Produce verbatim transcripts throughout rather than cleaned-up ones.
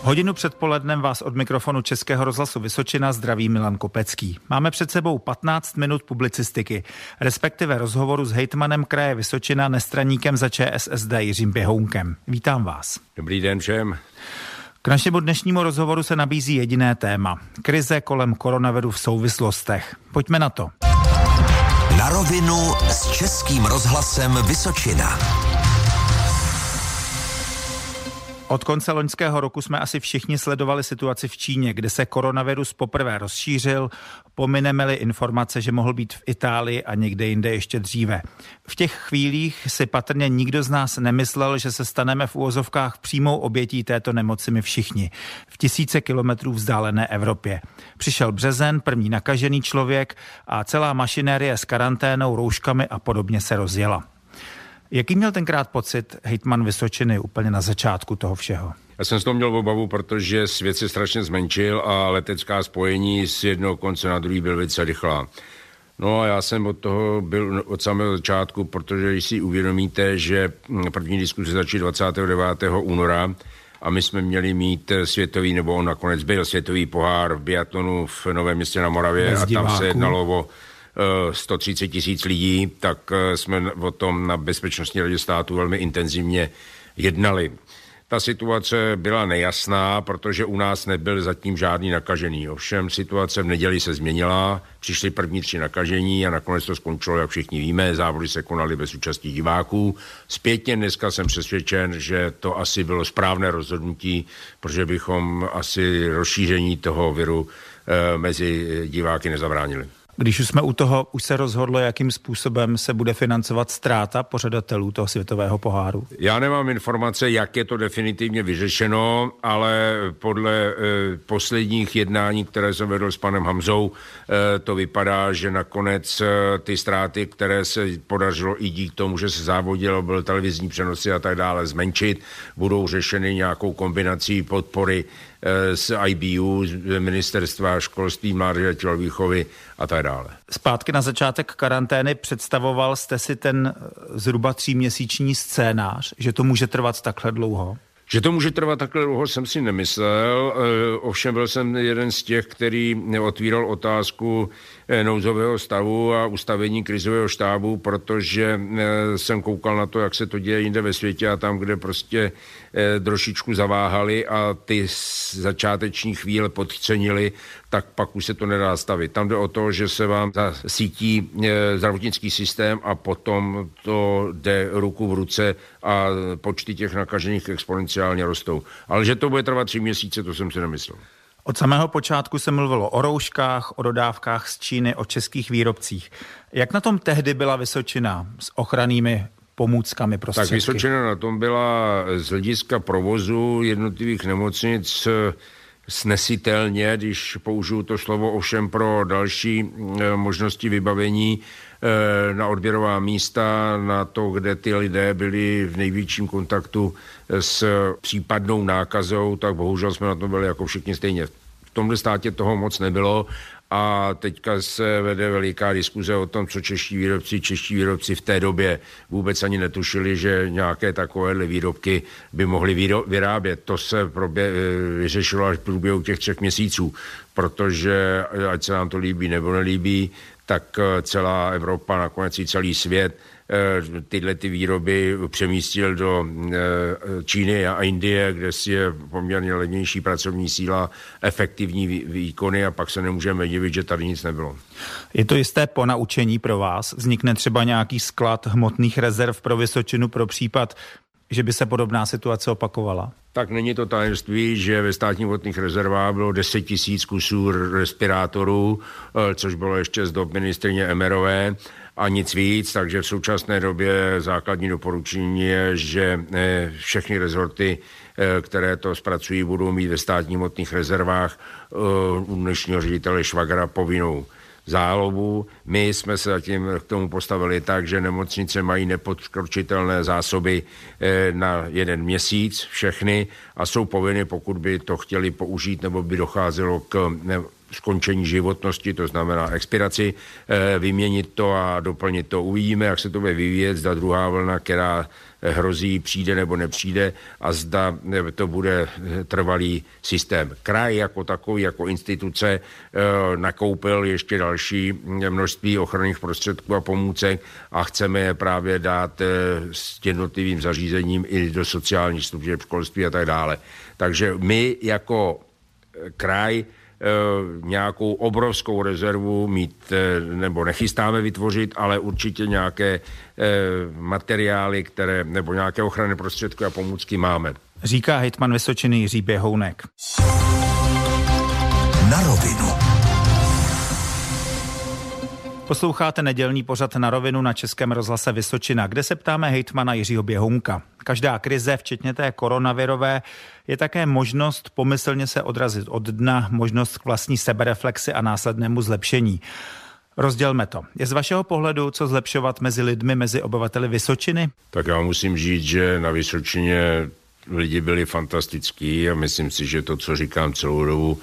Hodinu předpolednem vás od mikrofonu Českého rozhlasu Vysočina zdraví Milan Kopecký. Máme před sebou patnáct minut publicistiky, respektive rozhovoru s hejtmanem kraje Vysočina, nestraníkem za ČSSD Jiřím Běhounkem. Vítám vás. Dobrý den všem. K našemu dnešnímu rozhovoru se nabízí jediné téma. Krize kolem koronaviru v souvislostech. Pojďme na to. Na rovinu s Českým rozhlasem Vysočina. Od konce loňského roku jsme asi všichni sledovali situaci v Číně, kde se koronavirus poprvé rozšířil, pomineme-li informace, že mohl být v Itálii a někde jinde ještě dříve. V těch chvílích si patrně nikdo z nás nemyslel, že se staneme v uvozovkách přímou obětí této nemoci my všichni, v tisíce kilometrů vzdálené Evropě. Přišel březen, první nakažený člověk a celá mašinérie s karanténou, rouškami a podobně se rozjela. Jaký měl tenkrát pocit hejtman Vysočiny úplně na začátku toho všeho? Já jsem z toho měl obavu, protože svět se strašně zmenšil a letecká spojení z jednoho konce na druhý byl velice rychlá. No a já jsem od toho byl od samého začátku, protože když si uvědomíte, že první diskuse začaly dvacátého devátého února a my jsme měli mít světový, nebo on nakonec byl světový pohár v biatlonu v Novém Městě na Moravě a tam se jednalo o sto třicet tisíc lidí, tak jsme o tom na Bezpečnostní radě státu velmi intenzivně jednali. Ta situace byla nejasná, protože u nás nebyl zatím žádný nakažený. Ovšem situace v neděli se změnila, přišli první tři nakažení a nakonec to skončilo, jak všichni víme, závody se konaly bez účastí diváků. Zpětně dneska jsem přesvědčen, že to asi bylo správné rozhodnutí, protože bychom asi rozšíření toho viru e, mezi diváky nezabránili. Když už jsme u toho, už se rozhodlo, jakým způsobem se bude financovat ztráta pořadatelů toho světového poháru? Já nemám informace, jak je to definitivně vyřešeno, ale podle e, posledních jednání, které jsem vedl s panem Hamzou, e, to vypadá, že nakonec e, ty ztráty, které se podařilo i díky tomu, že se závodilo, byl televizní přenosy a tak dále, zmenšit, budou řešeny nějakou kombinací podpory z I B U, z ministerstva školství, mládeže a tělovýchovy a tak dále. Zpátky na začátek karantény představoval jste si ten zhruba tříměsíční scénář, že to může trvat takhle dlouho? Že to může trvat takhle dlouho, jsem si nemyslel. Ovšem byl jsem jeden z těch, který otvíral otázku nouzového stavu a ustavení krizového štábu, protože jsem koukal na to, jak se to děje jinde ve světě a tam, kde prostě trošičku zaváhali a ty začáteční chvíle podcenili, tak pak už se to nedá stavit. Tam jde o to, že se vám zasítí zdravotnický systém a potom to jde ruku v ruce a počty těch nakažených exponenciálně rostou. Ale že to bude trvat tři měsíce, to jsem si nemyslel. Od samého počátku se mluvilo o rouškách, o dodávkách z Číny, o českých výrobcích. Jak na tom tehdy byla Vysočina s ochrannými pomůckami, prostředky? Tak Vysočina na tom byla z hlediska provozu jednotlivých nemocnic snesitelně, když použiju to slovo, ovšem pro další možnosti vybavení na odběrová místa, na to, kde ty lidé byli v největším kontaktu s případnou nákazou, tak bohužel jsme na tom byli jako všichni stejně. V tomhle státě toho moc nebylo a teďka se vede veliká diskuze o tom, co čeští výrobci, čeští výrobci v té době vůbec ani netušili, že nějaké takovéhle výrobky by mohli výro- vyrábět. To se probě- vyřešilo až v průběhu těch třech měsíců, protože ať se nám to líbí nebo nelíbí, tak celá Evropa, nakonec i celý svět tyhle ty výroby přemístil do Číny a Indie, kde si je poměrně levnější pracovní síla, efektivní výkony a pak se nemůžeme divit, že tady nic nebylo. Je to jisté ponaučení pro vás? Vznikne třeba nějaký sklad hmotných rezerv pro Vysočinu pro případ, že by se podobná situace opakovala? Tak není to tajemství, že ve státních hmotných rezervách bylo deset tisíc kusů respirátorů, což bylo ještě z dob ministryně Emmerové a nic víc, takže v současné době základní doporučení je, že všechny rezorty, které to zpracují, budou mít ve státních hmotných rezervách u dnešního ředitele Švagra povinnou zálohu. My jsme se zatím k tomu postavili tak, že nemocnice mají nepodkročitelné zásoby na jeden měsíc všechny a jsou povinny, pokud by to chtěli použít nebo by docházelo k skončení životnosti, to znamená expiraci, vyměnit to a doplnit to. Uvidíme, jak se to bude vyvíjet, zda druhá vlna, která hrozí, přijde nebo nepřijde a zda to bude trvalý systém. Kraj jako takový, jako instituce nakoupil ještě další množství ochranných prostředků a pomůcek a chceme je právě dát s jednotlivým zařízením i do sociálních služeb, školství a tak dále. Takže my jako kraj nějakou obrovskou rezervu mít nebo nechystáme vytvořit, ale určitě nějaké materiály, které nebo nějaké ochranné prostředky a pomůcky máme. Říká hejtman Vysočiny Jiří Běhounek. Na rovinu. Posloucháte nedělní pořad Na rovinu na Českém rozhlase Vysočina, kde se ptáme hejtmana Jiřího Běhounka. Každá krize, včetně té koronavirové, je také možnost pomyslně se odrazit od dna, možnost k vlastní sebereflexi a následnému zlepšení. Rozdělme to. Je z vašeho pohledu co zlepšovat mezi lidmi, mezi obyvateli Vysočiny? Tak já musím říct, že na Vysočině lidi byli fantastický a myslím si, že to, co říkám celou dobu,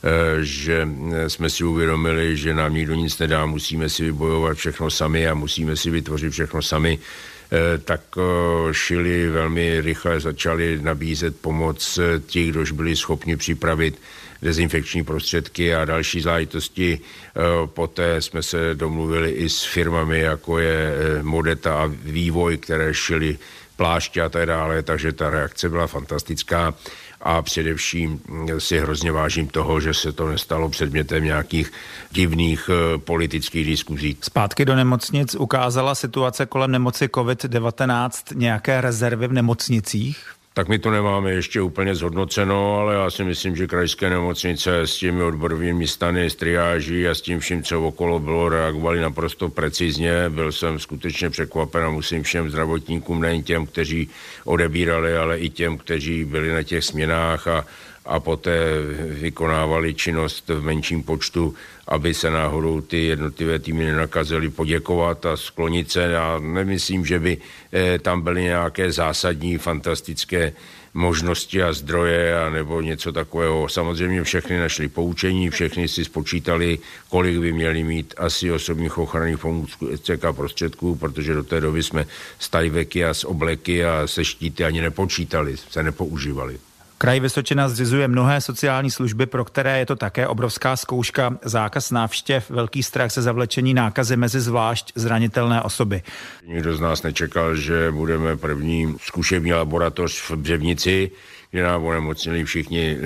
že jsme si uvědomili, že nám nikdo nic nedá, musíme si vybojovat všechno sami a musíme si vytvořit všechno sami, tak šili velmi rychle, začali nabízet pomoc ti, kdož byli schopni připravit dezinfekční prostředky a další záležitosti. Poté jsme se domluvili i s firmami, jako je Modeta a Vývoj, které šili pláště a tak dále, takže ta reakce byla fantastická. A především si hrozně vážím toho, že se to nestalo předmětem nějakých divných uh, politických diskuzí. Zpátky do nemocnic ukázala situace kolem nemoci covid devatenáct nějaké rezervy v nemocnicích? Tak my to nemáme ještě úplně zhodnoceno, ale já si myslím, že krajské nemocnice s těmi odborovými stany, s triáží a s tím vším, co okolo bylo, reagovali naprosto precizně. Byl jsem skutečně překvapen a musím všem zdravotníkům, nejen těm, kteří odebírali, ale i těm, kteří byli na těch směnách a a poté vykonávali činnost v menším počtu, aby se náhodou ty jednotlivé týmy nenakazily, poděkovat a sklonit se. Já nemyslím, že by tam byly nějaké zásadní, fantastické možnosti a zdroje a nebo něco takového. Samozřejmě všechny našli poučení, všechny si spočítali, kolik by měli mít asi osobních ochranných pomůcek a prostředků, protože do té doby jsme s tajveky a s obleky a se štíty ani nepočítali, se nepoužívali. Kraj Vysočina zřizuje mnohé sociální služby, pro které je to také obrovská zkouška, zákaz návštěv, velký strach ze zavlečení nákazy mezi zvlášť zranitelné osoby. Nikdo z nás nečekal, že budeme první zkušební laboratoř v Břevnici, kde nám onemocnili všichni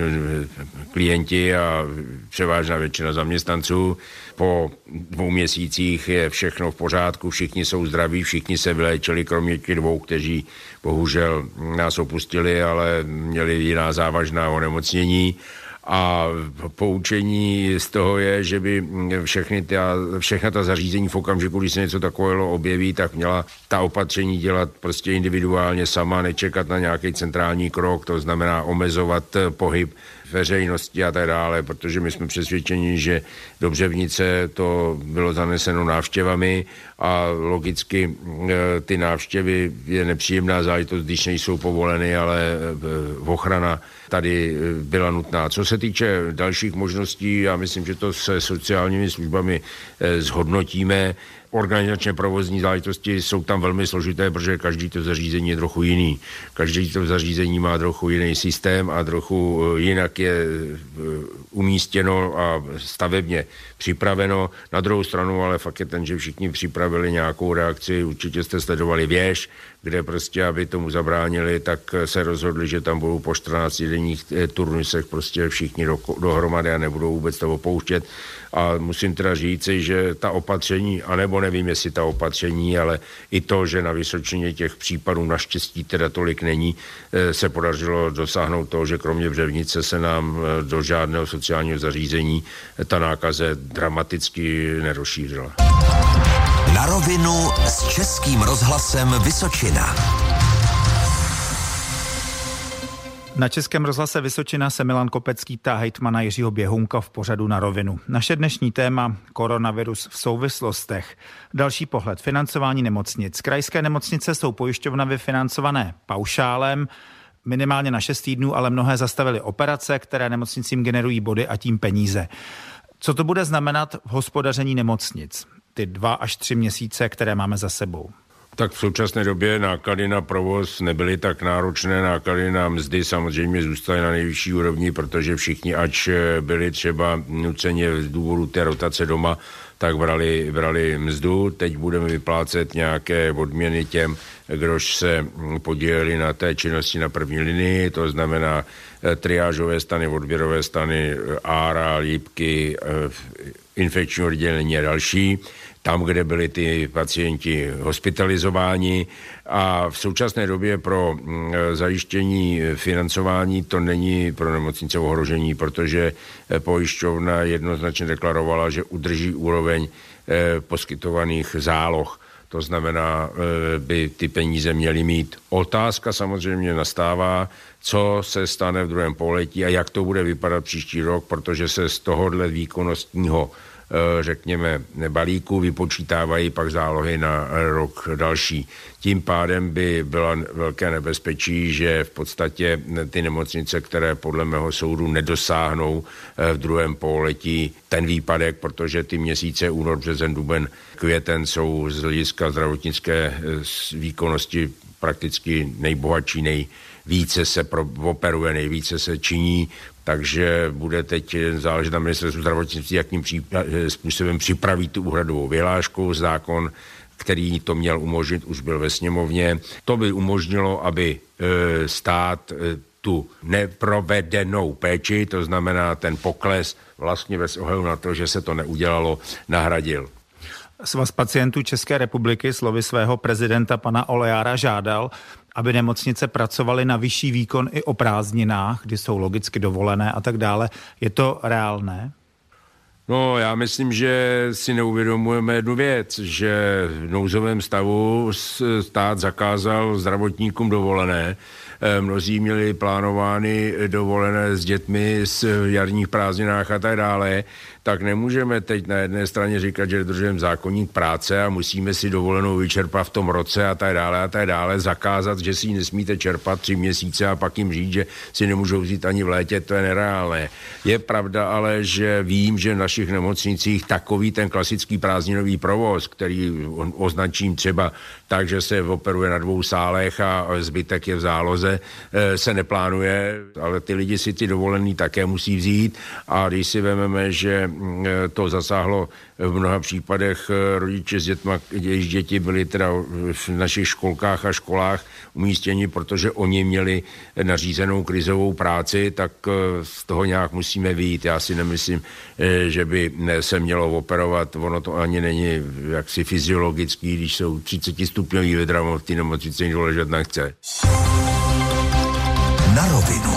klienti a převážná většina zaměstnanců. Po dvou měsících je všechno v pořádku, všichni jsou zdraví, všichni se vyléčili, kromě těch dvou, kteří bohužel nás opustili, ale měli jiná závažná onemocnění. A poučení z toho je, že by všechny ta, všechna ta zařízení v okamžiku, když se něco takového objeví, tak měla ta opatření dělat prostě individuálně sama, nečekat na nějaký centrální krok, to znamená omezovat pohyb veřejnosti a tak dále, protože my jsme přesvědčeni, že do Břevnice to bylo zaneseno návštěvami a logicky ty návštěvy je nepříjemná záležitost, když nejsou povoleny, ale ochrana tady byla nutná. Co se týče dalších možností, já myslím, že to se sociálními službami zhodnotíme. Organizačně provozní záležitosti jsou tam velmi složité, protože každý to zařízení je trochu jiný. Každý to zařízení má trochu jiný systém a trochu jinak je umístěno a stavebně připraveno. Na druhou stranu ale fakt je ten, že všichni připravili nějakou reakci. Určitě jste sledovali Věž, kde prostě, aby tomu zabránili, tak se rozhodli, že tam budou po čtrnácti denních turnusech prostě všichni do, dohromady a nebudou vůbec to opouštět. A musím teda říci, že ta opatření, anebo nevím, jestli ta opatření, ale i to, že na Vysočině těch případů naštěstí teda tolik není, se podařilo dosáhnout toho, že kromě Břevnice se nám do žádného sociálního zařízení ta nákaze dramaticky nerozšířila. Na rovinu s Českým rozhlasem Vysočina. Na Českém rozhlase Vysočina se Milan Kopecký ptá hejtmana Jiřího Běhounka v pořadu Na rovinu. Naše dnešní téma koronavirus v souvislostech. Další pohled, financování nemocnic. Krajské nemocnice jsou pojišťovnavy financované paušálem. minimálně na šest týdnů, ale mnohé zastavily operace, které nemocnicím generují body a tím peníze. Co to bude znamenat v hospodaření nemocnic? Ty dva až tři měsíce, které máme za sebou. Tak v současné době náklady na provoz nebyly tak náročné, náklady na mzdy samozřejmě zůstaly na nejvyšší úrovni, protože všichni, ač byli třeba nuceně z důvodu té rotace doma, tak brali, brali mzdu. Teď budeme vyplácet nějaké odměny těm, kdož se podíleli na té činnosti na první linii, to znamená triážové stany, odběrové stany, ára, lípky, infekční oddělení a další, tam, kde byli ty pacienti hospitalizováni, a v současné době pro zajištění financování to není pro nemocnice ohrožení, protože pojišťovna jednoznačně deklarovala, že udrží úroveň poskytovaných záloh. To znamená, by ty peníze měly mít. Otázka samozřejmě nastává, co se stane v druhém pololetí a jak to bude vypadat příští rok, protože se z tohohle výkonnostního, řekněme, balíku vypočítávají pak zálohy na rok další. Tím pádem by byla velké nebezpečí, že v podstatě ty nemocnice, které podle mého soudu nedosáhnou v druhém pololetí ten výpadek, protože ty měsíce únor, březen, duben, květen jsou z hlediska zdravotnické výkonnosti prakticky nejbohatší, nejvíce se operuje, nejvíce se činí, takže bude teď záležet na ministerstvu zdravotnictví, jakým způsobem připraví tu úhradovou vyhlášku. Zákon, který to měl umožnit, už byl ve sněmovně. To by umožnilo, aby e, stát e, tu neprovedenou péči, to znamená ten pokles, vlastně bez ohledu na to, že se to neudělalo, nahradil. Svaz pacientů České republiky slovy svého prezidenta pana Olejára žádal, aby nemocnice pracovaly na vyšší výkon i o prázdninách, kdy jsou logicky dovolené a tak dále. Je to reálné? No, já myslím, že si neuvědomujeme jednu věc, že v nouzovém stavu stát zakázal zdravotníkům dovolené. Mnozí měli plánovány dovolené s dětmi v jarních prázdninách a tak dále, tak nemůžeme teď na jedné straně říkat, že dodržujeme zákoník práce a musíme si dovolenou vyčerpat v tom roce a tak dále a tak dále, zakázat, že si ji nesmíte čerpat tři měsíce a pak jim říct, že si nemůžou vzít ani v létě, to je nereálné. Je pravda ale, že vím, že v našich nemocnicích takový ten klasický prázdninový provoz, který označím třeba tak, že se operuje na dvou sálech a zbytek je v záloze, se neplánuje, ale ty lidi si ty dovolený také musí vzít, a když si vezmeme, že to zasáhlo v mnoha případech rodiče s dětma, jejichž děti byly teda v našich školkách a školách umístěni, protože oni měli nařízenou krizovou práci, tak z toho nějak musíme vyjít. Já si nemyslím, že by se mělo operovat, ono to ani není jaksi fyziologický, když jsou třicet stupňový vedra, v té nemocnici nikdo ležet nechce. Na rovinu.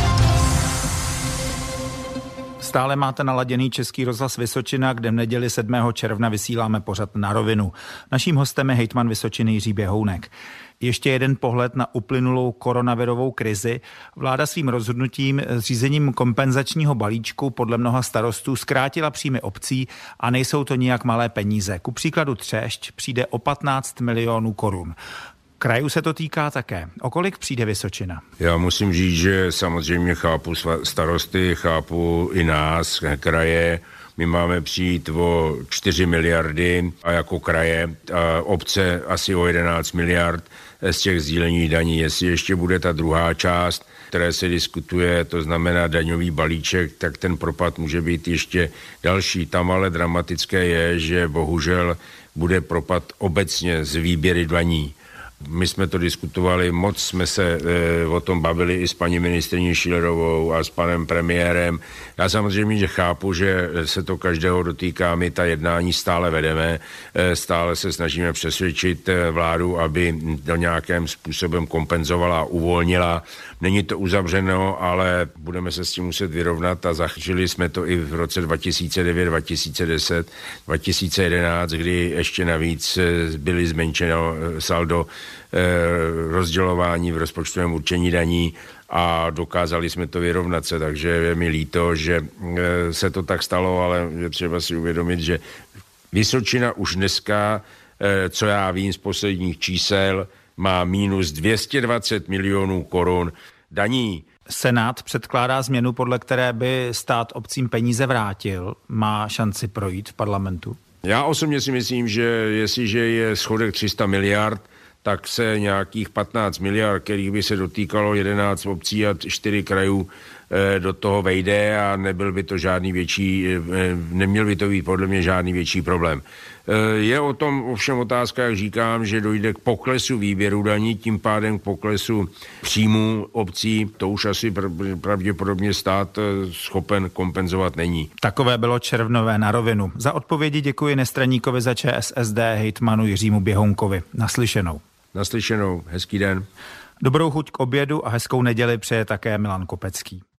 Stále máte naladěný Český rozhlas Vysočina, kde v neděli sedmého června vysíláme pořad Na rovinu. Naším hostem je hejtman Vysočiny Jiří Běhounek. Ještě jeden pohled na uplynulou koronavirovou krizi. Vláda svým rozhodnutím zřízením kompenzačního balíčku podle mnoha starostů zkrátila příjmy obcí a nejsou to nijak malé peníze. Ku příkladu Třešť přijde o patnáct milionů korun. Krajů se to týká také. O kolik přijde Vysočina? Já musím říct, že samozřejmě chápu starosty, chápu i nás, kraje. My máme přijít o čtyři miliardy a jako kraje, a obce asi o jedenáct miliard z těch sdílení daní. Jestli ještě bude ta druhá část, které se diskutuje, to znamená daňový balíček, tak ten propad může být ještě další. Tam ale dramatické je, že bohužel bude propad obecně z výběry daní. My jsme to diskutovali, moc jsme se e, o tom bavili i s paní ministryní Schillerovou a s panem premiérem. Já samozřejmě, že chápu, že se to každého dotýká, my ta jednání stále vedeme, e, stále se snažíme přesvědčit vládu, aby to nějakým způsobem kompenzovala a uvolnila. Není to uzavřeno, ale budeme se s tím muset vyrovnat a zažili jsme to i v roce dva tisíce devět, dva tisíce deset, dva tisíce jedenáct, kdy ještě navíc byly zmenšeno saldo rozdělování v rozpočtovém určení daní a dokázali jsme to vyrovnat se, takže je mi líto, že se to tak stalo, ale je třeba si uvědomit, že Vysočina už dneska, co já vím z posledních čísel, má minus dvě stě dvacet milionů korun daní. Senát předkládá změnu, podle které by stát obcím peníze vrátil. Má šanci projít v parlamentu? Já osobně si myslím, že jestliže je schodek tři sta miliard, tak se nějakých patnáct miliard, kterých by se dotýkalo jedenáct obcí a čtyři krajů, do toho vejde a nebyl by to žádný větší, neměl by to být podle mě žádný větší problém. Je o tom ovšem otázka, jak říkám, že dojde k poklesu výběru daní, tím pádem k poklesu příjmů obcí, to už asi pravděpodobně stát schopen kompenzovat není. Takové bylo červnové Na rovinu. Za odpovědi děkuji nestraníkovi za ČSSD hejtmanu Jiřímu Běhounkovi. Naslyšenou. Naslyšenou, hezký den. Dobrou chuť k obědu a hezkou neděli přeje také Milan Kopecký.